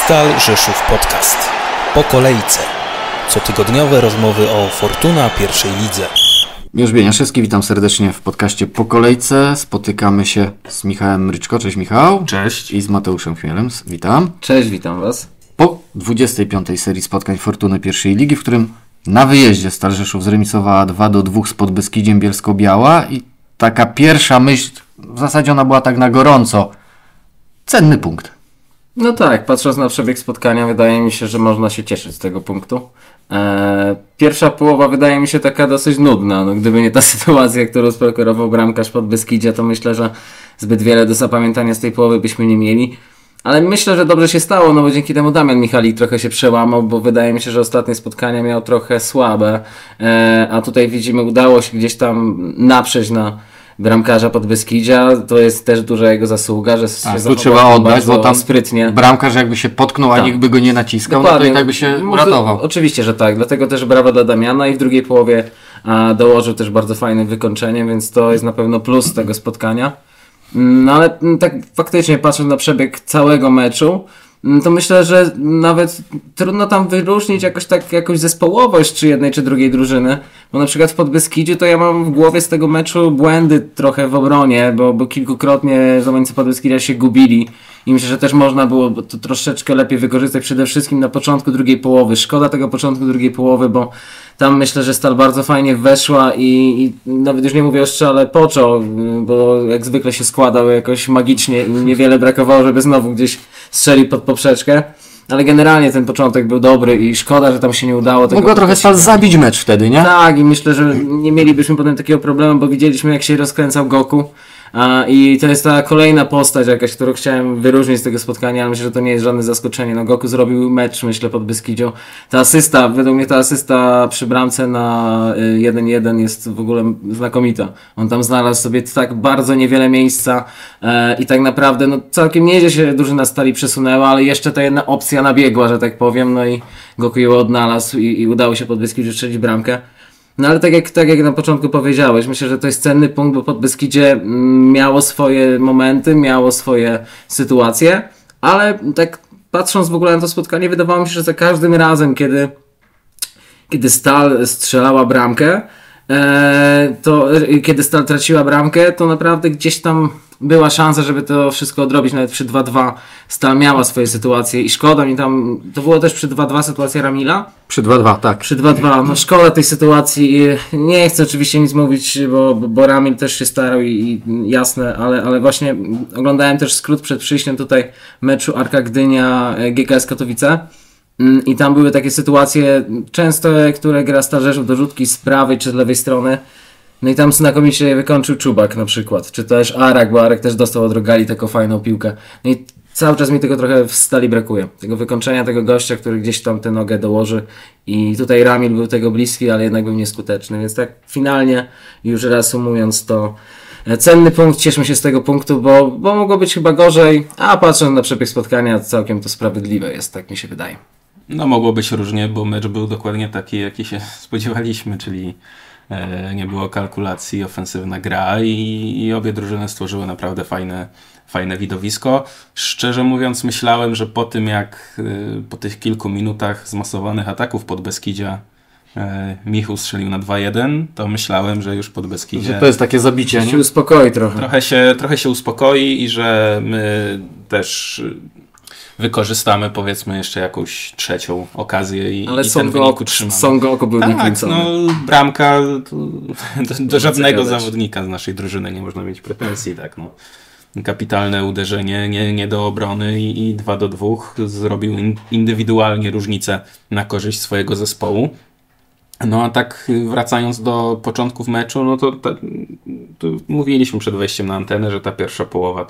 Stal Rzeszów Podcast. Po kolejce. Cotygodniowe rozmowy o Fortuna pierwszej lidze. Miłosz Bieniaszewski, witam serdecznie w podcaście Po kolejce. Spotykamy się z Michałem Mryczko. Cześć Michał. Cześć. I z Mateuszem Chmielem. Witam. Cześć, witam Was. Po 25. serii spotkań Fortuny pierwszej ligi, w którym na wyjeździe Stal Rzeszów zremisowała 2-2 z Podbeskidziem Bielsko-Biała i taka pierwsza myśl, w zasadzie ona była tak na gorąco, cenny punkt. No tak, patrząc na przebieg spotkania, wydaje mi się, że można się cieszyć z tego punktu. Pierwsza połowa wydaje mi się taka dosyć nudna. No, gdyby nie ta sytuacja, którą sprokurował bramkarz Podbeskidzia, to myślę, że zbyt wiele do zapamiętania z tej połowy byśmy nie mieli. Ale myślę, że dobrze się stało, no bo dzięki temu Damian Michalik trochę się przełamał, bo wydaje mi się, że ostatnie spotkania miał trochę słabe. A tutaj widzimy, udało się gdzieś tam naprzeć na bramkarza Podbeskidzia. To jest też duża jego zasługa, że się tu trzeba oddać, bo tam sprytnie. Bramkarz jakby się potknął, a nikt by go nie naciskał, no to i tak by się uratował. Oczywiście, że tak. Dlatego też brawa dla Damiana i w drugiej połowie dołożył też bardzo fajne wykończenie, więc to jest na pewno plus tego spotkania. No ale tak faktycznie patrząc na przebieg całego meczu, to myślę, że nawet trudno tam wyróżnić jakąś zespołowość czy jednej czy drugiej drużyny, bo na przykład w Podbeskidziu to ja mam w głowie z tego meczu błędy trochę w obronie, bo kilkukrotnie zawodnicy Podbeskidzia się gubili i myślę, że też można było to troszeczkę lepiej wykorzystać przede wszystkim na początku drugiej połowy. Szkoda tego początku drugiej połowy, bo tam myślę, że Stal bardzo fajnie weszła i nawet już nie mówię o strzale Poczo, bo jak zwykle się składał jakoś magicznie i niewiele brakowało, żeby znowu gdzieś strzelił pod poprzeczkę. Ale generalnie ten początek był dobry i szkoda, że tam się nie udało. Mogła trochę Stal zabić mecz wtedy, nie? Tak, i myślę, że nie mielibyśmy potem takiego problemu, bo widzieliśmy, jak się rozkręcał Goku. I to jest ta kolejna postać jakaś, którą chciałem wyróżnić z tego spotkania, ale myślę, że to nie jest żadne zaskoczenie. No, Goku zrobił mecz, myślę, pod Beskidzią. Ta asysta, według mnie ta asysta przy bramce na 1-1 jest w ogóle znakomita. On tam znalazł sobie tak bardzo niewiele miejsca i tak naprawdę no, całkiem nieźle się drużyna Stali przesunęła, ale jeszcze ta jedna opcja nabiegła, że tak powiem, no i Goku ją odnalazł i udało się pod Beskidziu strzelić bramkę. No ale tak jak na początku powiedziałeś, myślę, że to jest cenny punkt, bo Podbeskidzie miało swoje momenty, miało swoje sytuacje, ale tak patrząc w ogóle na to spotkanie, wydawało mi się, że za każdym razem, kiedy Stal strzelała bramkę, kiedy Stal traciła bramkę, to naprawdę gdzieś tam była szansa, żeby to wszystko odrobić, nawet przy 2-2 Stal miała swoje sytuacje i szkoda mi tam, to było też przy 2-2 sytuacja Ramila? Przy 2-2, tak. Przy 2-2, no szkoda tej sytuacji, nie chcę oczywiście nic mówić, bo Ramil też się starał i jasne, ale właśnie oglądałem też skrót przed przyjściem tutaj meczu Arka Gdynia GKS Katowice. I tam były takie sytuacje często, które gra Stal Rzeszów do rzutki z prawej czy z lewej strony. No i tam znakomicie wykończył Czubak na przykład. Czy też Arak, bo Arek też dostał od Rogali taką fajną piłkę. No i cały czas mi tego trochę w Stali brakuje. Tego wykończenia tego gościa, który gdzieś tam tę nogę dołoży. I tutaj Ramil był tego bliski, ale jednak był nieskuteczny. Więc tak finalnie, już reasumując to, cenny punkt, cieszmy się z tego punktu, bo mogło być chyba gorzej. A patrząc na przebieg spotkania, całkiem to sprawiedliwe jest, tak mi się wydaje. No mogło być różnie, bo mecz był dokładnie taki, jaki się spodziewaliśmy, czyli nie było kalkulacji, ofensywna gra i obie drużyny stworzyły naprawdę fajne widowisko. Szczerze mówiąc myślałem, że po tym jak po tych kilku minutach zmasowanych ataków Podbeskidzia Michał strzelił na 2-1, to myślałem, że już Podbeskidzie... Że to jest takie zabicie, nie? Się uspokoi trochę. Trochę się uspokoi i że my też wykorzystamy powiedzmy jeszcze jakąś trzecią okazję i ten wynik utrzymamy. Son Goku był niekręcony. No bramka do żadnego zawodnika z naszej drużyny nie można mieć pretensji, tak no. Kapitalne uderzenie, nie do obrony i 2-2 zrobił indywidualnie różnicę na korzyść swojego zespołu. No a tak wracając do początków meczu, no to mówiliśmy przed wejściem na antenę, że ta pierwsza połowa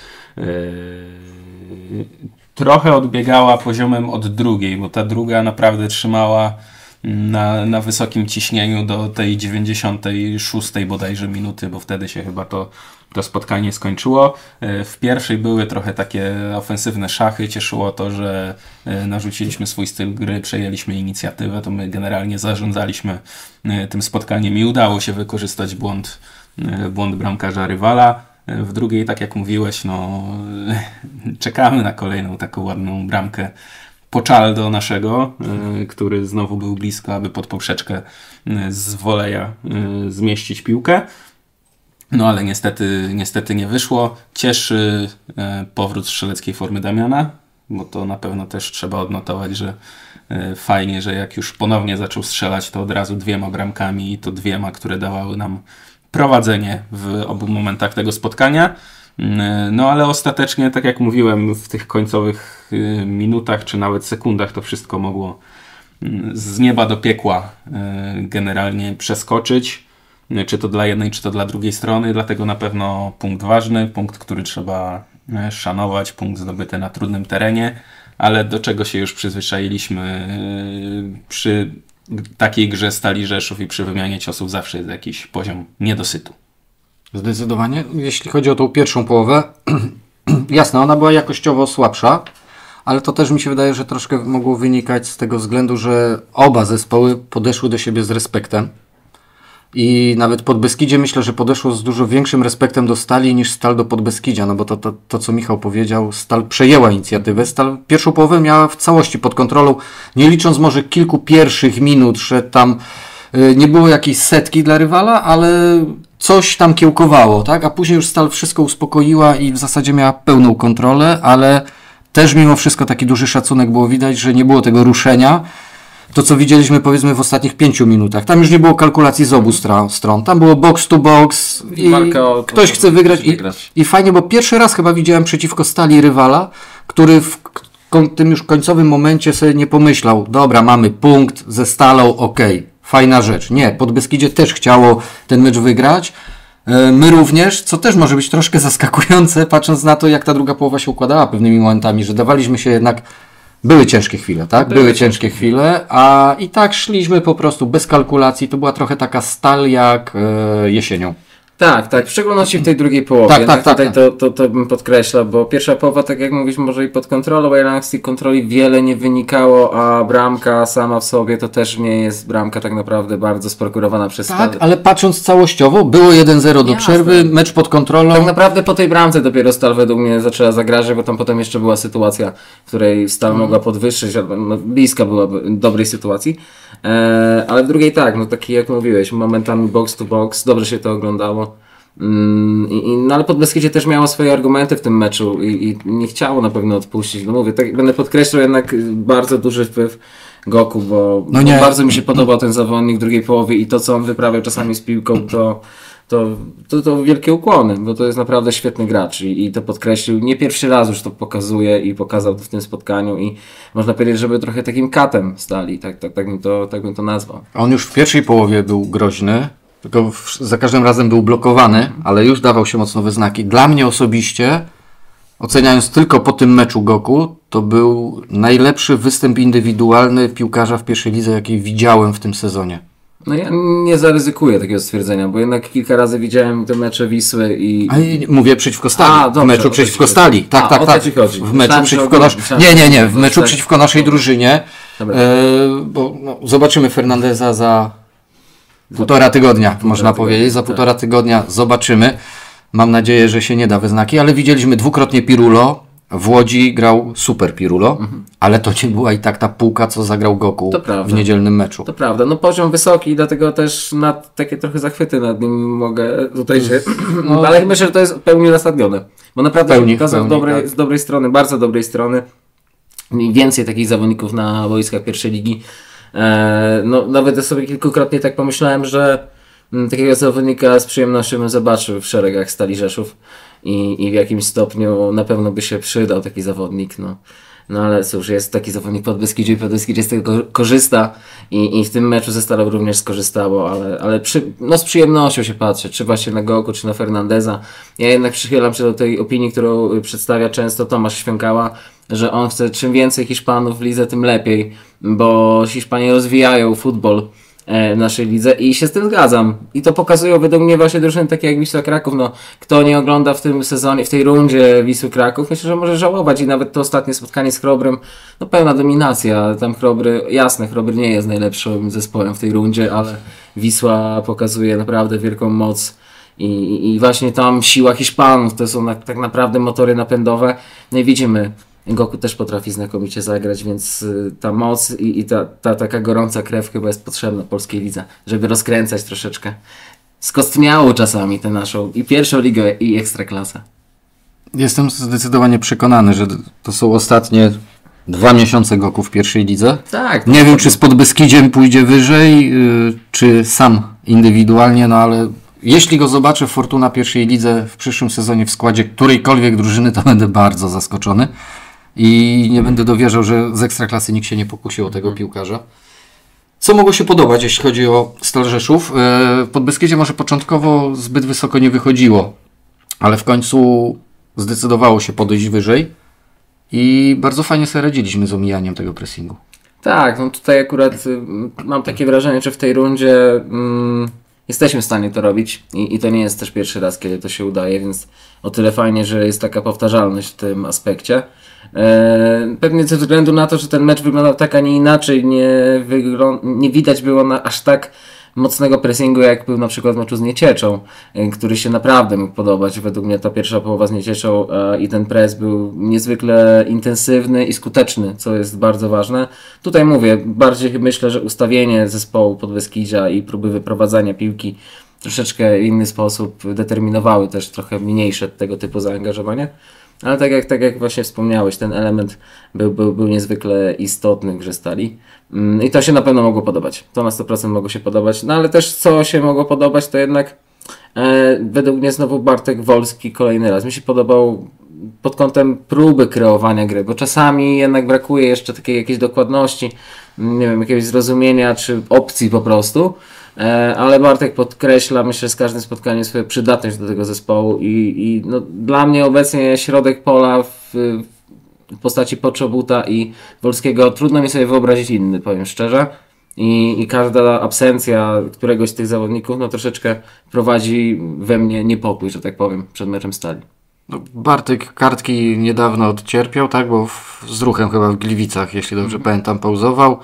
trochę odbiegała poziomem od drugiej, bo ta druga naprawdę trzymała na wysokim ciśnieniu do tej 96 bodajże minuty, bo wtedy się chyba to spotkanie skończyło. W pierwszej były trochę takie ofensywne szachy. Cieszyło to, że narzuciliśmy swój styl gry, przejęliśmy inicjatywę, to my generalnie zarządzaliśmy tym spotkaniem i udało się wykorzystać błąd bramkarza rywala. W drugiej, tak jak mówiłeś, no czekamy na kolejną taką ładną bramkę Poczaldo naszego, który znowu był blisko, aby pod poprzeczkę z woleja zmieścić piłkę. No ale niestety nie wyszło. Cieszy powrót strzeleckiej formy Damiana, bo to na pewno też trzeba odnotować, że fajnie, że jak już ponownie zaczął strzelać, to od razu 2 bramkami i to 2, które dawały nam prowadzenie w obu momentach tego spotkania. No ale ostatecznie, tak jak mówiłem, w tych końcowych minutach czy nawet sekundach to wszystko mogło z nieba do piekła generalnie przeskoczyć. Czy to dla jednej, czy to dla drugiej strony. Dlatego na pewno punkt ważny, punkt, który trzeba szanować, punkt zdobyty na trudnym terenie, ale do czego się już przyzwyczailiśmy przy takiej grze Stali Rzeszów i przy wymianie ciosów zawsze jest jakiś poziom niedosytu. Zdecydowanie. Jeśli chodzi o tą pierwszą połowę, jasne, ona była jakościowo słabsza, ale to też mi się wydaje, że troszkę mogło wynikać z tego względu, że oba zespoły podeszły do siebie z respektem. I nawet Podbeskidzie myślę, że podeszło z dużo większym respektem do Stali niż Stal do Podbeskidzia, no bo to co Michał powiedział, Stal przejęła inicjatywę. Stal pierwszą połowę miała w całości pod kontrolą, nie licząc może kilku pierwszych minut, że tam nie było jakiejś setki dla rywala, ale coś tam kiełkowało, tak? A później już Stal wszystko uspokoiła i w zasadzie miała pełną kontrolę, ale też mimo wszystko taki duży szacunek było widać, że nie było tego ruszenia. To, co widzieliśmy powiedzmy w ostatnich 5 minutach. Tam już nie było kalkulacji z obu stron. Tam było box to box i ktoś chce wygrać. I fajnie, bo pierwszy raz chyba widziałem przeciwko Stali rywala, który w tym już końcowym momencie sobie nie pomyślał, dobra, mamy punkt ze Stalą, okej, fajna rzecz. Nie, Podbeskidzie też chciało ten mecz wygrać. My również, co też może być troszkę zaskakujące, patrząc na to, jak ta druga połowa się układała pewnymi momentami, że dawaliśmy się jednak. Były ciężkie chwile, tak? Były ciężkie chwile, a i tak szliśmy po prostu bez kalkulacji. To była trochę taka Stal jak jesienią. Tak, w szczególności w tej drugiej połowie. Tutaj to bym podkreślał, bo pierwsza połowa, tak jak mówisz, może i pod kontrolą, a jednak z tej kontroli wiele nie wynikało, a bramka sama w sobie to też nie jest bramka tak naprawdę bardzo sprokurowana przez Stal. Tak, ale patrząc całościowo, było 1-0 do przerwy, mecz pod kontrolą. Tak naprawdę po tej bramce dopiero Stal według mnie zaczęła zagrażać, bo tam potem jeszcze była sytuacja, w której Stal mogła podwyższyć, bliska była dobrej sytuacji. Ale w drugiej tak, no taki jak mówiłeś, momentami box to box, dobrze się to oglądało. No ale Podbeskidzie też miało swoje argumenty w tym meczu i nie chciało na pewno odpuścić. No mówię, tak będę podkreślał jednak bardzo duży wpływ Goku, bo bardzo mi się podobał ten zawodnik w drugiej połowie i to, co on wyprawiał czasami z piłką, to wielkie ukłony, bo to jest naprawdę świetny gracz i to podkreślił. Nie pierwszy raz już to pokazuje i pokazał to w tym spotkaniu i można powiedzieć, że był trochę takim katem Stali, tak bym to nazwał. On już w pierwszej połowie był groźny, tylko za każdym razem był blokowany, ale już dawał się mocno we znaki. Dla mnie osobiście, oceniając tylko po tym meczu Goku, to był najlepszy występ indywidualny piłkarza w pierwszej lidze, jaki widziałem w tym sezonie. No ja nie zaryzykuję takiego stwierdzenia, bo jednak kilka razy widziałem te mecze Wisły i... Mówię przeciwko Stali. W meczu przeciwko Stali. Tak. W meczu przeciwko Nie. W meczu przeciwko naszej drużynie. Bo zobaczymy Fernandeza za 1,5 tygodnia, można powiedzieć. Za 1,5 tygodnia zobaczymy. Mam nadzieję, że się nie da we znaki, ale widzieliśmy dwukrotnie Pirulo. W Łodzi grał super Pirulo, ale to nie była i tak ta półka, co zagrał Goku w niedzielnym meczu. To prawda, no poziom wysoki, dlatego też na takie trochę zachwyty nad nim mogę tutaj się... ale myślę, że to jest pełni uzasadnione, bo naprawdę pokazał z dobrej strony, bardzo dobrej strony. Więcej takich zawodników na boiskach pierwszej ligi. No nawet sobie kilkukrotnie tak pomyślałem, że takiego zawodnika z przyjemnością bym zobaczył w szeregach Stali Rzeszów i w jakimś stopniu na pewno by się przydał taki zawodnik. No ale cóż, jest taki zawodnik Podbeskidzie i Podbeskidzie z tego korzysta i w tym meczu ze Stalą również skorzystało, ale z przyjemnością się patrzy, czy właśnie na Goku, czy na Fernandeza. Ja jednak przychylam się do tej opinii, którą przedstawia często Tomasz Świękała, że on chce czym więcej Hiszpanów w lidze, tym lepiej, bo Hiszpanie rozwijają futbol w naszej lidze i się z tym zgadzam. I to pokazują według mnie właśnie drużyny takie jak Wisła Kraków. No, kto nie ogląda w tym sezonie, w tej rundzie Wisły Kraków, myślę, że może żałować i nawet to ostatnie spotkanie z Chrobrym, no pełna dominacja. Tam Chrobry nie jest najlepszym zespołem w tej rundzie, ale Wisła pokazuje naprawdę wielką moc I właśnie tam siła Hiszpanów, to są tak naprawdę motory napędowe. No i widzimy, Goku też potrafi znakomicie zagrać, więc ta moc i ta taka gorąca krew chyba jest potrzebna polskiej lidze, żeby rozkręcać troszeczkę. Skostniałą czasami tę naszą i pierwszą ligę i ekstraklasę. Jestem zdecydowanie przekonany, że to są ostatnie 2 miesiące Goku w pierwszej lidze. Tak. Nie wiem, czy z Podbeskidziem pójdzie wyżej, czy sam indywidualnie, no ale jeśli go zobaczę w Fortuna pierwszej lidze w przyszłym sezonie w składzie którejkolwiek drużyny, to będę bardzo zaskoczony i nie będę dowierzał, że z Ekstraklasy nikt się nie pokusił o tego piłkarza. Co mogło się podobać, jeśli chodzi o Stal Rzeszów? Podbeskidzie może początkowo zbyt wysoko nie wychodziło, ale w końcu zdecydowało się podejść wyżej i bardzo fajnie sobie radziliśmy z omijaniem tego pressingu. Tak, no tutaj akurat mam takie wrażenie, że w tej rundzie jesteśmy w stanie to robić i to nie jest też pierwszy raz, kiedy to się udaje, więc o tyle fajnie, że jest taka powtarzalność w tym aspekcie. Pewnie ze względu na to, że ten mecz wyglądał tak, a nie inaczej, nie widać było aż tak mocnego pressingu, jak był na przykład w meczu z Niecieczą, który się naprawdę mógł podobać. Według mnie ta pierwsza połowa z Niecieczą i ten pres był niezwykle intensywny i skuteczny, co jest bardzo ważne. Tutaj mówię, bardziej myślę, że ustawienie zespołu Podbeskidzia i próby wyprowadzania piłki troszeczkę w inny sposób determinowały też trochę mniejsze tego typu zaangażowanie. Ale tak jak właśnie wspomniałeś, ten element był niezwykle istotny w grze Stali. I to się na pewno mogło podobać. To na 100% mogło się podobać. No ale też co się mogło podobać, to jednak według mnie znowu Bartek Wolski kolejny raz. Mi się podobał pod kątem próby kreowania gry, bo czasami jednak brakuje jeszcze takiej jakiejś dokładności, nie wiem, jakiegoś zrozumienia czy opcji po prostu. Ale Bartek podkreśla, myślę, z każdym spotkaniem swoją przydatność do tego zespołu i no, dla mnie obecnie środek pola w postaci Poczobuta i Wolskiego trudno mi sobie wyobrazić inny, powiem szczerze. I każda absencja któregoś z tych zawodników no, troszeczkę prowadzi we mnie niepokój, że tak powiem, przed meczem Stali. No, Bartek kartki niedawno odcierpiał, tak, bo z Ruchem chyba w Gliwicach, jeśli dobrze pamiętam, pauzował,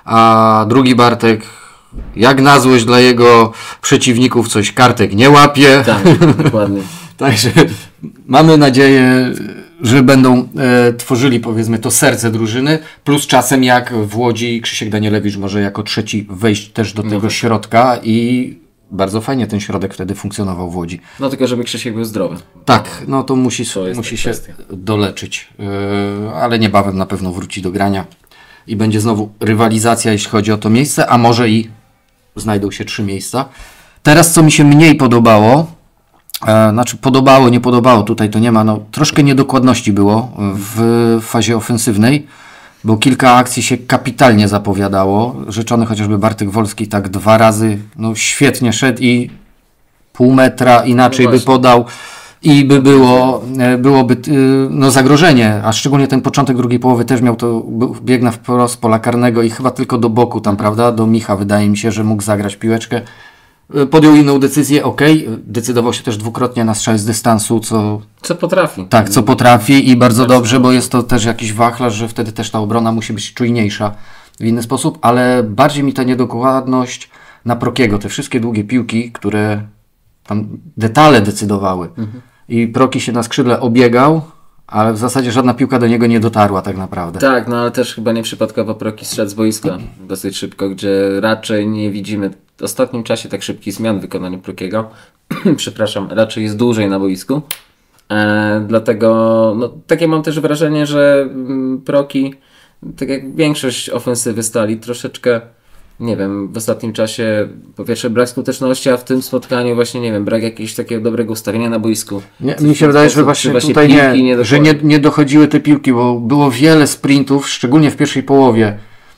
a drugi Bartek, jak na złość dla jego przeciwników, coś kartek nie łapie. Tak, dokładnie. Także mamy nadzieję, że będą tworzyli, powiedzmy, to serce drużyny, plus czasem jak w Łodzi Krzysiek Danielewicz może jako trzeci wejść też do tego środka i bardzo fajnie ten środek wtedy funkcjonował w Łodzi. No tylko żeby Krzysiek był zdrowy. Tak, no to musi się doleczyć, ale niebawem na pewno wróci do grania i będzie znowu rywalizacja, jeśli chodzi o to miejsce, a może i znajdą się 3 miejsca. Teraz co mi się mniej podobało, znaczy podobało, nie podobało, tutaj to nie ma, no troszkę niedokładności było w fazie ofensywnej, bo kilka akcji się kapitalnie zapowiadało. Rzeczony chociażby Bartek Wolski tak 2 razy, no świetnie szedł i pół metra inaczej by podał i byłoby no zagrożenie, a szczególnie ten początek drugiej połowy też miał to, bieg na wprost pola karnego i chyba tylko do boku tam, prawda, do Micha wydaje mi się, że mógł zagrać piłeczkę. Podjął inną decyzję, decydował się też dwukrotnie na strzał z dystansu, co potrafi. Tak, co potrafi i bardzo dobrze, bo jest to też jakiś wachlarz, że wtedy też ta obrona musi być czujniejsza w inny sposób, ale bardziej mi ta niedokładność na Prokiego, te wszystkie długie piłki, które tam detale decydowały. I Proki się na skrzydle obiegał, ale w zasadzie żadna piłka do niego nie dotarła tak naprawdę. Tak, no ale też chyba nieprzypadkowo Proki zszedł z boiska dosyć szybko, gdzie raczej nie widzimy w ostatnim czasie tak szybkich zmian w wykonaniu Prokiego. Przepraszam, raczej jest dłużej na boisku. Dlatego no, takie mam też wrażenie, że Proki, tak jak większość ofensywy Stali, troszeczkę, nie wiem, w ostatnim czasie po pierwsze brak skuteczności, a w tym spotkaniu właśnie, nie wiem, brak jakiegoś takiego dobrego ustawienia na boisku. Mi się wydaje, że właśnie tutaj nie dochodziły te piłki, bo było wiele sprintów, szczególnie w pierwszej połowie,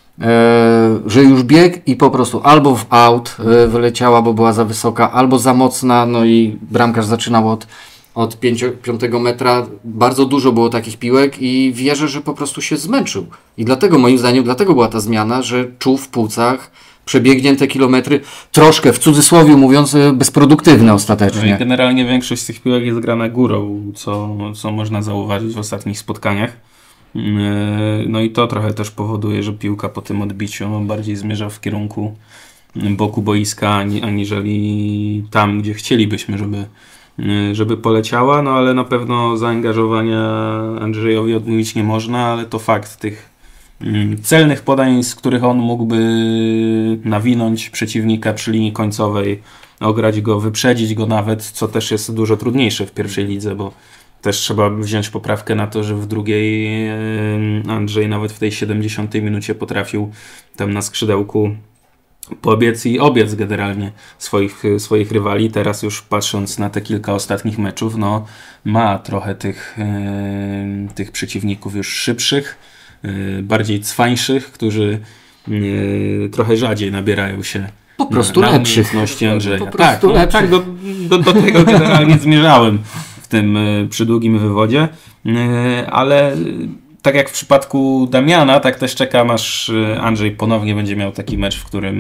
że już bieg i po prostu albo w out wyleciała, bo była za wysoka, albo za mocna, no i bramkarz zaczynał od 5 metra. Bardzo dużo było takich piłek i wierzę, że po prostu się zmęczył. I dlatego moim zdaniem, była ta zmiana, że czuł w płucach przebiegnięte kilometry, troszkę w cudzysłowie mówiąc bezproduktywne ostatecznie. No i generalnie większość z tych piłek jest grana górą, co można zauważyć w ostatnich spotkaniach. No i to trochę też powoduje, że piłka po tym odbiciu bardziej zmierza w kierunku boku boiska, aniżeli tam, gdzie chcielibyśmy, żeby poleciała, no ale na pewno zaangażowania Andrzejowi odmówić nie można, ale to fakt tych celnych podań, z których on mógłby nawinąć przeciwnika przy linii końcowej, ograć go, wyprzedzić go nawet, co też jest dużo trudniejsze w pierwszej lidze, bo też trzeba wziąć poprawkę na to, że w drugiej Andrzej nawet w tej 70 minucie potrafił tam na skrzydełku pobiec i obiec generalnie swoich rywali. Teraz już patrząc na te kilka ostatnich meczów, no ma trochę tych przeciwników już szybszych, bardziej cwańszych, którzy trochę rzadziej nabierają się po prostu na lepszych. umiejętności Andrzeja. Po prostu lepszych. Tak, do tego generalnie zmierzałem w tym przydługim wywodzie, ale tak jak w przypadku Damiana, tak też czekam, aż Andrzej ponownie będzie miał taki mecz,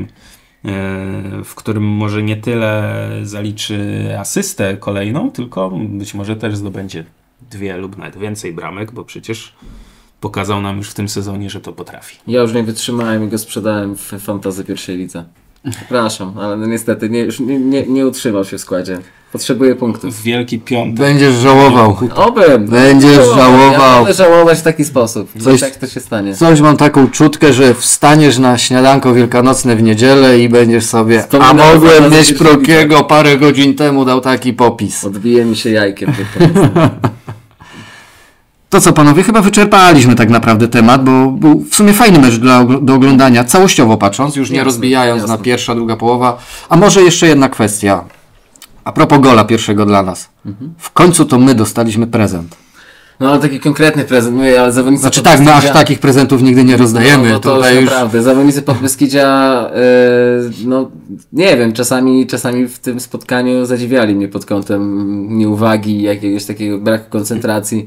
w którym może nie tyle zaliczy asystę kolejną, tylko być może też zdobędzie 2 lub nawet więcej bramek, bo przecież pokazał nam już w tym sezonie, że to potrafi. Ja już nie wytrzymałem i go sprzedałem w fantasy pierwszej lidze. Przepraszam, ale no niestety już nie utrzymał się w składzie. Potrzebuję punktów. Wielki piątek. Będziesz żałował. Obym! Będziesz żałował. Ja będę żałować w taki sposób. Tak to się stanie. Coś mam taką czutkę, że wstaniesz na śniadanko wielkanocne w niedzielę i będziesz sobie, a mogłem mieć Prokiego parę godzin temu, dał taki popis. Odbije mi się jajkiem. To co panowie, chyba wyczerpaliśmy tak naprawdę temat, bo był w sumie fajny mecz do oglądania, całościowo patrząc, już nie rozbijając na pierwsza, druga połowa. A może jeszcze jedna kwestia. A propos gola pierwszego dla nas. W końcu to my dostaliśmy prezent. No ale taki konkretny prezent, mówię, ale zawodnicy... Znaczy tak, my aż takich prezentów nigdy nie rozdajemy. No to już naprawdę, zawodnicy Podbeskidzia, no nie wiem, czasami w tym spotkaniu zadziwiali mnie pod kątem nieuwagi, jakiegoś takiego braku koncentracji.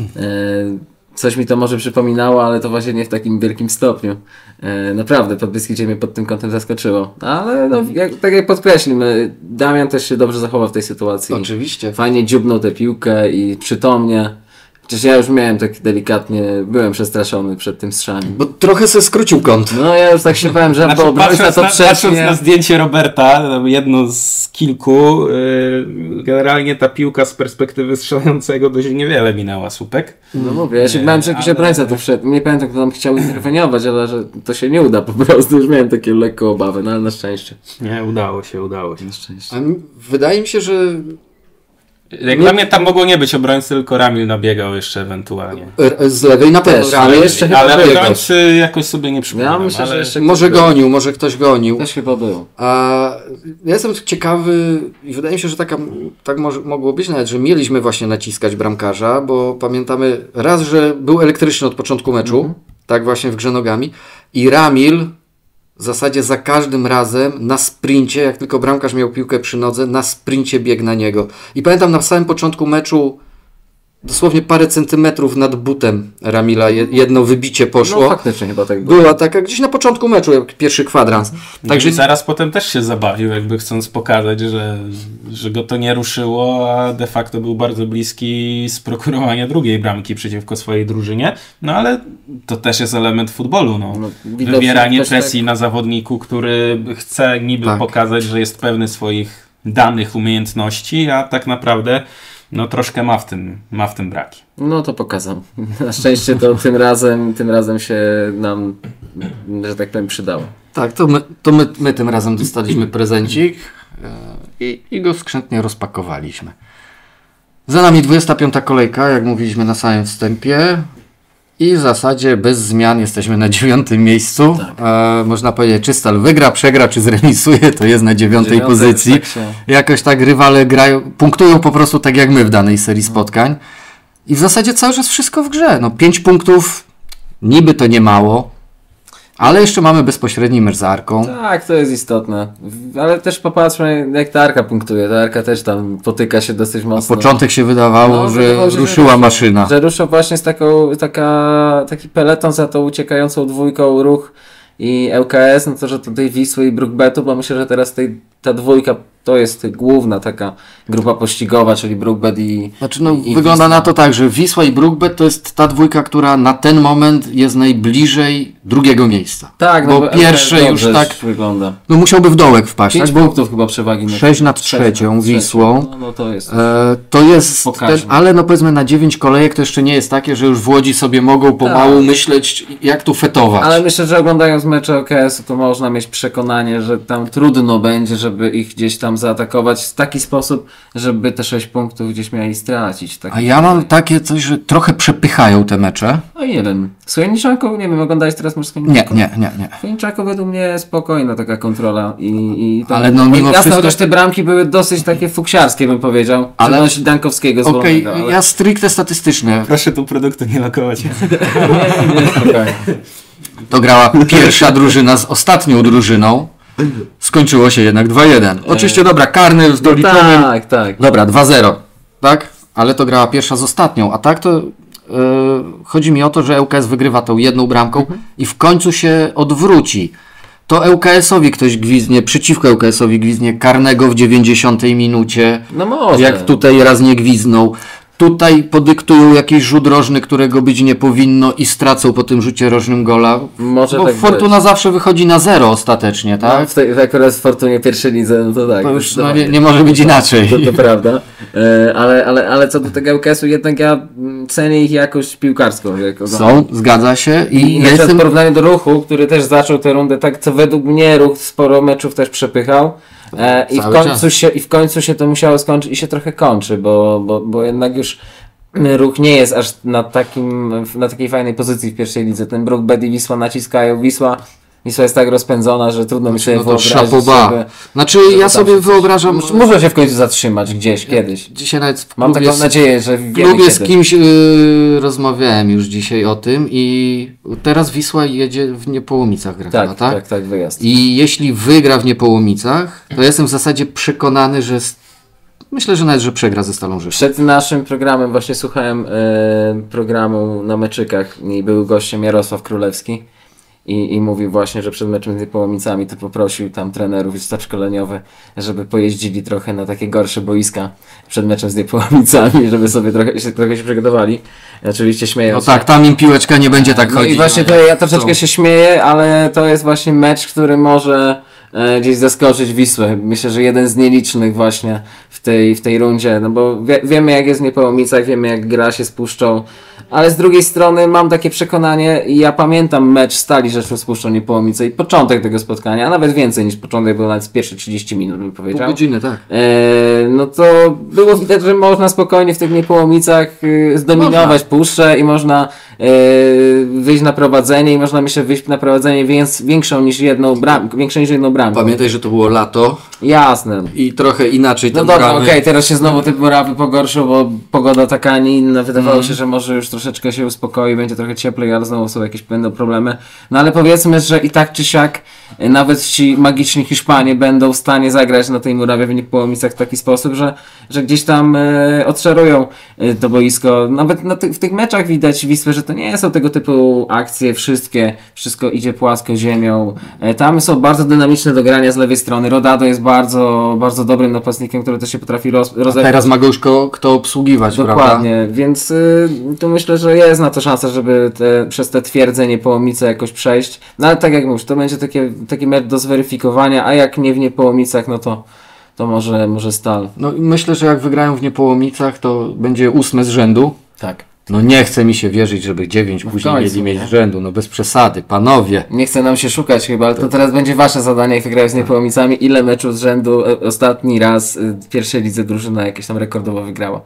Coś mi to może przypominało, ale to właśnie nie w takim wielkim stopniu. Naprawdę, Podbeskidzie mnie pod tym kątem zaskoczyło. Ale no, tak jak podkreślimy, Damian też się dobrze zachował w tej sytuacji. Oczywiście. Fajnie dziubnął tę piłkę i przytomnie. Przecież ja już miałem tak delikatnie, byłem przestraszony przed tym strzałem. Bo trochę se skrócił kąt. No ja już tak się bałem, że po obrońca to patrząc na zdjęcie Roberta, jedno z kilku, generalnie ta piłka z perspektywy strzelającego dość niewiele minęła słupek. No mówię, ja się bałem, że jakiś obrońca tu wszedł. Nie pamiętam, kto tam chciał interweniować, ale że to się nie uda po prostu. Już miałem takie lekko obawy, no ale na szczęście. Nie, udało się. Na szczęście. Wydaje mi się, że... Jak dla mnie tam mogło nie być obrońcy, tylko Ramil nabiegał jeszcze ewentualnie. Z lewej na pewno. Ale obrońcy jakoś sobie nie przypominam. Ja myślę, że jeszcze może gonił, może ktoś gonił. Też chyba był. Ja jestem ciekawy i wydaje mi się, że tak mogło być nawet, że mieliśmy właśnie naciskać bramkarza, bo pamiętamy raz, że był elektryczny od początku meczu, tak właśnie w grze nogami i Ramil w zasadzie za każdym razem na sprincie, jak tylko bramkarz miał piłkę przy nodze, na sprincie biegł na niego. I pamiętam na samym początku meczu dosłownie parę centymetrów nad butem Ramila jedno wybicie poszło. No faktycznie chyba tak było. Była taka gdzieś na początku meczu, jak pierwszy kwadrans. Także zaraz potem też się zabawił, jakby chcąc pokazać, że go to nie ruszyło, a de facto był bardzo bliski sprokurowania drugiej bramki przeciwko swojej drużynie. No ale to też jest element futbolu. No. Wywieranie presji na zawodniku, który chce niby pokazać, że jest pewny swoich danych umiejętności, a tak naprawdę no troszkę ma w tym braki. No to pokazał. Na szczęście to tym razem się nam, że tak powiem, przydało. Tak, my tym razem dostaliśmy prezencik i go skrzętnie rozpakowaliśmy. Za nami 25. kolejka, jak mówiliśmy na samym wstępie. I w zasadzie bez zmian jesteśmy na 9. miejscu. Tak. Można powiedzieć, czy Stal wygra, przegra, czy zremisuje, to jest na 9. pozycji. Tak jakoś tak rywale grają, punktują po prostu tak jak my w danej serii spotkań. I w zasadzie cały czas wszystko w grze. 5 punktów, niby to nie mało, ale jeszcze mamy bezpośredni mecz z Arką. Tak, to jest istotne. Ale też popatrzmy, jak ta Arka punktuje. Ta Arka też tam potyka się dosyć mocno. Na początek się wydawało, że ruszyła maszyna. Że ruszył właśnie z taki peleton za tą uciekającą dwójką Ruch i ŁKS, no to że tutaj Wisły i Brookbetu, bo myślę, że teraz ta dwójka to jest główna taka grupa pościgowa, czyli Brookbet i Znaczy, no, i wygląda Wisła. na to tak, że Wisła i Brookbet to jest ta dwójka, która na ten moment jest najbliżej drugiego miejsca. Tak, bo no pierwsze już dobrze tak, wygląda. no musiałby w dołek wpaść, 5 tak? Bo punktów chyba przewagi. 6 nad trzecią Wisłą. No to jest. To jest Pokaźne. ale no powiedzmy na 9 kolejek to jeszcze nie jest takie, że już w Łodzi sobie mogą pomału myśleć, jak tu fetować. Ale myślę, że oglądając mecze OKS-u to można mieć przekonanie, że tam trudno będzie, żeby ich gdzieś tam zaatakować w taki sposób, żeby te 6 punktów gdzieś mieli stracić. Tak. A ja mam takie coś, że trochę przepychają te mecze. No nie wiem. Z Chojniczaką, nie wiem, oglądałeś teraz mecz z Nie. Chojniczaką? Nie. Chojniczaką według mnie spokojna taka kontrola i to, Ale no mimo jasne, wszystko- chociaż te bramki były dosyć takie fuksiarskie, bym powiedział. Ale- Ale Dankowskiego z Okej, wolnego, ale... ja stricte statystyczne. Proszę tu produktu nie lokować. nie, spokojnie. To grała pierwsza drużyna z ostatnią drużyną. Skończyło się jednak 2-1. Oczywiście dobra, karny z doliczonym. Tak. Dobra, 2-0. Tak? Ale to grała pierwsza z ostatnią. A tak to chodzi mi o to, że ŁKS wygrywa tą jedną bramką i w końcu się odwróci. To ŁKS-owi ktoś gwizdnie, przeciwko ŁKS-owi gwizdnie karnego w 90 minucie. No może. Jak tutaj raz nie gwizdnął. Tutaj podyktują jakiś rzut rożny, którego być nie powinno i stracą po tym rzucie rożnym gola. Może Bo tak Fortuna zawsze wychodzi na 0 ostatecznie, tak? No, w tej akurat w Fortunie pierwszej lidze, no to tak. To już no, zdecydowanie. nie może być inaczej. To prawda. Ale co do tego ŁKS-u, jednak ja cenię ich jakość piłkarską. Są, zgadza się. I I na ja przykład w jestem... porównaniu do Ruchu, który też zaczął tę rundę tak, co według mnie Ruch sporo meczów też przepychał. I w końcu się to musiało skończyć i się trochę kończy, bo jednak już Ruch nie jest aż na takiej fajnej pozycji w pierwszej lidze. Ten Brookbet i Wisła naciskają. Wisła jest tak rozpędzona, że trudno mi sobie No to wyobrazić, szapoba. żeby... Znaczy ja tam sobie się coś- wyobrażam... Muszą się w końcu zatrzymać gdzieś, kiedyś. Dzisiaj nawet w Mam klubie taką nadzieję, że w wiemy klubie z kiedy. kimś rozmawiałem już dzisiaj o tym i teraz Wisła jedzie w Niepołomicach gra chyba, tak? Tak, wyjazd. I jeśli wygra w Niepołomicach, to jestem w zasadzie przekonany, że myślę, że nawet, że przegra ze Stalą Rzeszów. Przed naszym programem właśnie słuchałem programu na meczykach i był gościem Jarosław Królewski i mówił właśnie, że przed meczem z Niepołomicami to poprosił tam trenerów i sztab szkoleniowy, żeby pojeździli trochę na takie gorsze boiska przed meczem z Niepołomicami, żeby sobie trochę się przygotowali. Oczywiście śmieją No się. tak, tam im piłeczka nie będzie tak No chodzić. i właśnie to ja troszeczkę się śmieję, ale to jest właśnie mecz, który może gdzieś zaskoczyć Wisłę. Myślę, że jeden z nielicznych właśnie w tej rundzie, no bo wiemy jak jest w Niepołomicach, wiemy jak gra się z Puszczą, ale z drugiej strony mam takie przekonanie i ja pamiętam mecz Stali Rzeszów z Puszczą Niepołomice i początek tego spotkania, a nawet więcej niż początek, był nawet z pierwsze 30 minut bym Pół powiedział. godziny, tak. No to było widać, że można spokojnie w tych Niepołomicach zdominować Puszczę i można wyjść na prowadzenie i można myślę wyjść na prowadzenie większą niż jedną bramkę. Pamiętaj, że to było lato Jasne. i trochę inaczej No te dobra, bramy. okej, teraz się znowu te murawy pogorszył, bo pogoda taka, a nie inna. Wydawało się, że może już troszeczkę się uspokoi, będzie trochę cieplej, ale znowu są jakieś będą problemy. No ale powiedzmy, że i tak czy siak nawet ci magiczni Hiszpanie będą w stanie zagrać na tej murawie w Niepołomicach w taki sposób, że gdzieś tam odczarują to boisko. Nawet w tych meczach widać Wisłę, że to nie są tego typu akcje, wszystko idzie płasko ziemią. Tam są bardzo dynamiczne do grania z lewej strony. Rodado jest bardzo, bardzo dobrym napastnikiem, który też się potrafi rozegrać. Teraz ma go już kto obsługiwać, prawda? Dokładnie, więc tu myślę, że jest na to szansa, żeby przez te twierdzenie Niepołomice jakoś przejść. No ale tak jak mówisz, to będzie taki mecz do zweryfikowania, a jak nie w Niepołomicach, no to może Stal. No i myślę, że jak wygrają w Niepołomicach, to będzie 8 z rzędu. Tak. No nie chce mi się wierzyć, żeby 9 później końcu, mieli mieć nie? z rzędu. No bez przesady, panowie. Nie chce nam się szukać chyba, ale to teraz będzie wasze zadanie, jak wygrają z Niepołomicami. Ile meczów z rzędu ostatni raz w pierwszej lidze drużyna jakieś tam rekordowo wygrała?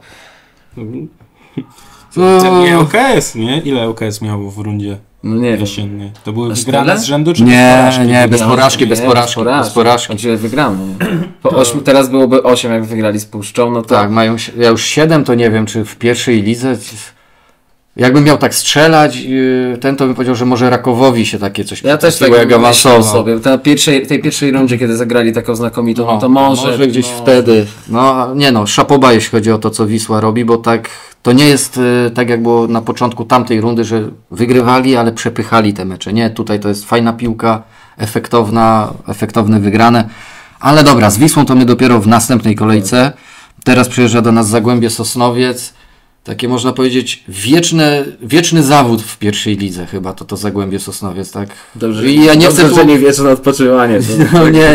To nie ŁKS, nie? Ile ŁKS miał w rundzie No nie wiem. jesiennej? To były Aż wygrane tyle? z rzędu, czy Nie, bez porażki? bez porażki. Choć wygramy. Po 8, teraz byłoby 8, jak wygrali z Puszczą, no to... Tak, ja już 7, to nie wiem, czy w pierwszej lidze. Jakbym miał tak strzelać, to bym powiedział, że może Rakowowi się takie coś Ja też tak przytrafiło, jak myślał awansował. sobie. Tej pierwszej rundzie, kiedy zagrali taką znakomitą, no to może gdzieś wtedy. No nie no, szapoba jeśli chodzi o to, co Wisła robi, bo tak to nie jest tak jak było na początku tamtej rundy, że wygrywali, ale przepychali te mecze. Nie, tutaj to jest fajna piłka, efektowne wygrane. Ale dobra, z Wisłą to my dopiero w następnej kolejce. Teraz przyjeżdża do nas Zagłębie Sosnowiec. Takie można powiedzieć wieczny zawód w pierwszej lidze chyba to Zagłębie Sosnowiec, tak? Dobrze, I ja nie chcę że nie wieczne odpoczywanie. No nie.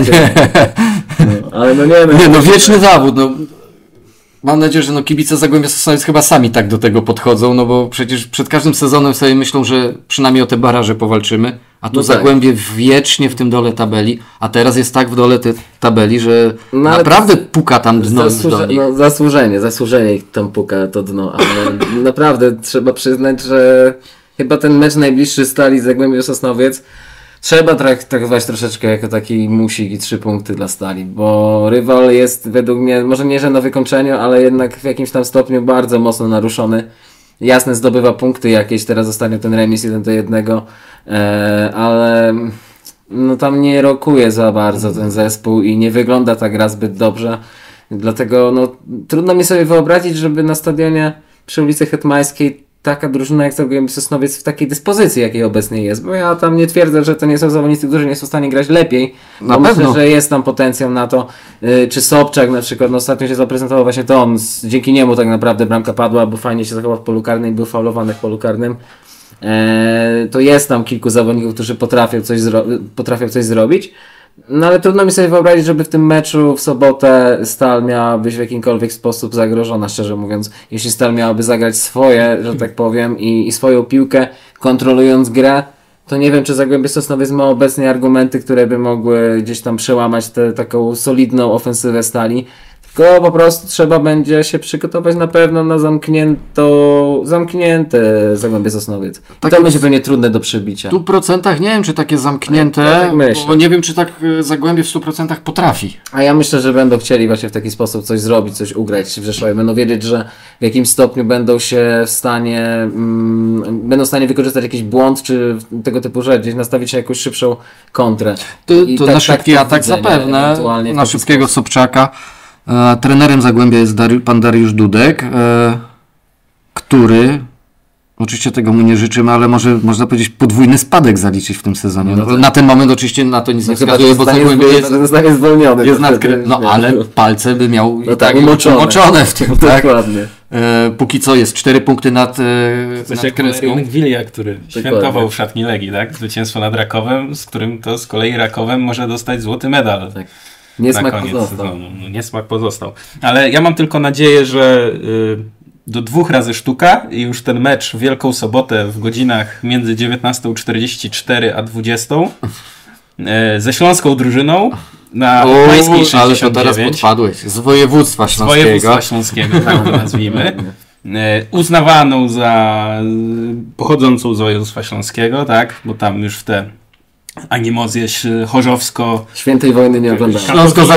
Ale no Nie, wieczny zawód, no. Mam nadzieję, że kibice Zagłębia Sosnowiec chyba sami tak do tego podchodzą, no bo przecież przed każdym sezonem sobie myślą, że przynajmniej o te baraże powalczymy, a tu Zagłębie wiecznie w tym dole tabeli, a teraz jest tak w dole tej tabeli, że naprawdę puka tam dno do nich. Zasłużenie ich tam puka to dno, ale naprawdę trzeba przyznać, że chyba ten mecz najbliższy Stali Zagłębie Sosnowiec trzeba traktować troszeczkę jako taki musik i 3 punkty dla Stali, bo rywal jest według mnie, może nie że na wykończeniu, ale jednak w jakimś tam stopniu bardzo mocno naruszony. Jasne, zdobywa punkty jakieś, teraz ostatnio ten remis 1-1, ale no tam nie rokuje za bardzo ten zespół i nie wygląda ta gra zbyt dobrze. Dlatego trudno mi sobie wyobrazić, żeby na stadionie przy ulicy Hetmańskiej taka drużyna jak Zagłębie Sosnowiec w takiej dyspozycji, jakiej obecnie jest, bo ja tam nie twierdzę, że to nie są zawodnicy, którzy nie są w stanie grać lepiej, na bo pewno. Myślę, że jest tam potencjał na to, czy Sobczak na przykład, ostatnio się zaprezentował właśnie to, dzięki niemu tak naprawdę bramka padła, bo fajnie się zachował w polu karnym i był faulowany w polu karnym, to jest tam kilku zawodników, którzy potrafią coś zrobić. No ale trudno mi sobie wyobrazić, żeby w tym meczu w sobotę Stal miała być w jakimkolwiek sposób zagrożona, szczerze mówiąc. Jeśli Stal miałaby zagrać swoje, że tak powiem, i swoją piłkę, kontrolując grę, to nie wiem, czy Zagłębie Sosnowiec ma obecnie argumenty, które by mogły gdzieś tam przełamać taką solidną ofensywę Stali. Tylko po prostu trzeba będzie się przygotować na pewno na zamknięte Zagłębie Sosnowiec. To będzie pewnie trudne do przebicia. W 100% nie wiem, czy takie zamknięte, bo nie wiem, czy tak Zagłębie w 100% potrafi. A ja myślę, że będą chcieli właśnie w taki sposób coś zrobić, coś ugrać w Rzeszowie. Będą wiedzieć, że w jakim stopniu będą w stanie wykorzystać jakiś błąd, czy tego typu rzecz, gdzieś nastawić się jakąś szybszą kontrę. To na szybki atak zapewne, na szybkiego Sobczaka. Trenerem Zagłębia jest pan Dariusz Dudek, który, oczywiście tego mu nie życzymy, ale może można powiedzieć podwójny spadek zaliczyć w tym sezonie. Na ten moment oczywiście na to nic nie wskazuje, bo Zagłębie zostanie zwolniony. Ale palce by miał i tak umoczone w tym. Tak? Dokładnie. Póki co jest 4 punkty nad jak Rynek Wilia, który świętował w szatni Legii, tak? Zwycięstwo nad Rakowem, z którym to z kolei Rakowem może dostać złoty medal. Tak. Niesmak pozostał. Niesmak pozostał. Ale ja mam tylko nadzieję, że do 2 razy sztuka i już ten mecz w Wielką Sobotę w godzinach między 19:44 a 20 ze śląską drużyną na Majskiej 69. Ale to teraz podpadłeś. Z województwa śląskiego. Tak nazwijmy. Uznawaną za pochodzącą z województwa śląskiego, tak? Bo tam już w te animozje chorzowsko... Świętej wojny nie oglądałem.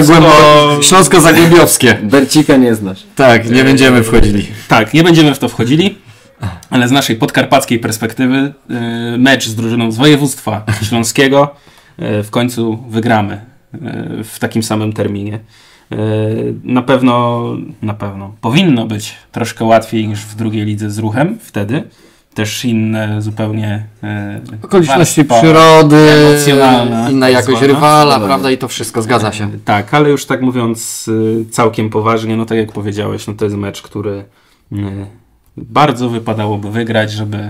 Śląsko-zagłębiowskie. Bercika nie znasz. Tak, nie będziemy wchodzili. Tak, nie będziemy w to wchodzili, ale z naszej podkarpackiej perspektywy mecz z drużyną z województwa śląskiego w końcu wygramy w takim samym terminie. Na pewno powinno być troszkę łatwiej niż w drugiej lidze z Ruchem wtedy. Też inne zupełnie okoliczności przyrody, emocjonalna, inna jakość rywala, prawda, i to wszystko, zgadza się. Tak, ale już tak mówiąc całkiem poważnie, tak jak powiedziałeś, to jest mecz, który bardzo wypadałoby wygrać, żeby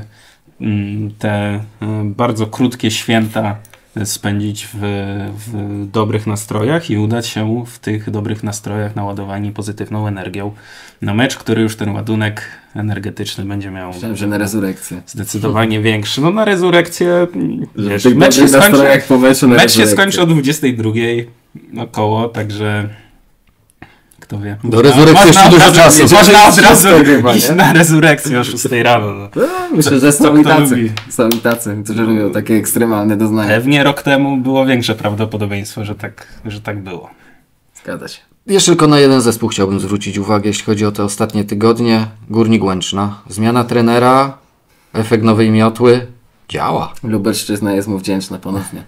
te bardzo krótkie święta spędzić w dobrych nastrojach i udać się w tych dobrych nastrojach naładowani pozytywną energią na mecz, który już ten ładunek energetyczny będzie miał. Myślałem, że na rezurekcję. Zdecydowanie większy. No na rezurekcję wiesz, mecz się skończy o 22:00 około, także kto wie. Do rezurekcji jeszcze dużo czasu. Można od razu iść na rezurekcję o 6:00 rano. Myślę, że są i tacy, którzy lubią takie ekstremalne doznania. Pewnie rok temu było większe prawdopodobieństwo, że tak było. Zgadza się. Jeszcze tylko na jeden zespół chciałbym zwrócić uwagę, jeśli chodzi o te ostatnie tygodnie. Górnik Łęczna. Zmiana trenera, efekt nowej miotły. Działa. Lubelszczyzna jest mu wdzięczna ponownie.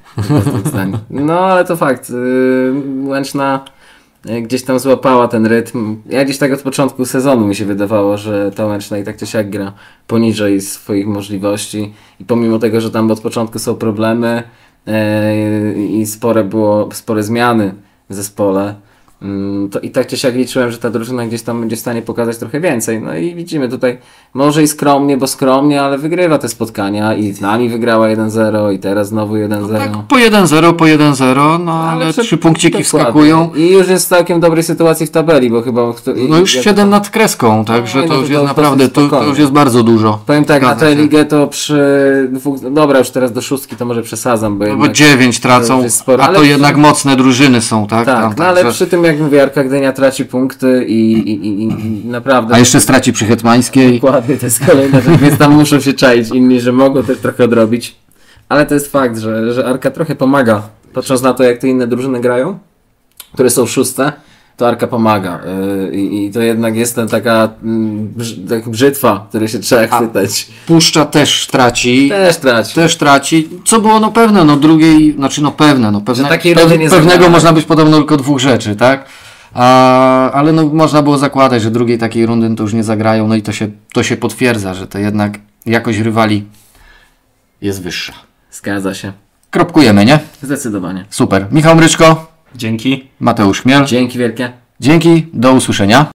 No ale to fakt. Łęczna gdzieś tam złapała ten rytm. Ja gdzieś tak od początku sezonu mi się wydawało, że ta Łęczna i tak czy siak gra poniżej swoich możliwości. I pomimo tego, że tam od początku są problemy i spore zmiany w zespole. To i tak czy siak liczyłem, że ta drużyna gdzieś tam będzie w stanie pokazać trochę więcej. No i widzimy tutaj, może i skromnie, bo skromnie, ale wygrywa te spotkania i z nami wygrała 1-0 i teraz znowu 1-0. Tak, po 1-0, no ale 3 punkciki wskakują. I już jest w całkiem dobrej sytuacji w tabeli, bo chyba... No już 7 nad kreską, także to już jest naprawdę, to już jest bardzo dużo. Powiem tak, na tę ligę to przy dwóch... Dobra, już teraz do 6 to może przesadzam, bo jednak... Bo 9 tracą, sporo, a to jednak mocne drużyny są, tak? Tak, no ale przy tym, jak mówię, Arka Gdynia traci punkty i naprawdę... A jeszcze straci przy Hetmańskiej. Dokładnie, to jest kolejna rzecz, więc tam muszą się czaić inni, że mogą też trochę odrobić. Ale to jest fakt, że Arka trochę pomaga. Patrząc na to, jak te inne drużyny grają, które są 6, to Arka pomaga. I to jednak jest ten taka brzytwa, której się trzeba chwytać. Puszcza też traci. Też traci. Co było pewne, drugiej, pewnego można być podobno tylko 2 rzeczy, tak? Ale można było zakładać, że drugiej takiej rundy to już nie zagrają, no i to się potwierdza, że to jednak jakość rywali jest wyższa. Zgadza się. Kropkujemy, nie? Zdecydowanie. Super. Michał Mryczko. Dzięki. Mateusz Chmiel. Dzięki wielkie. Dzięki, do usłyszenia.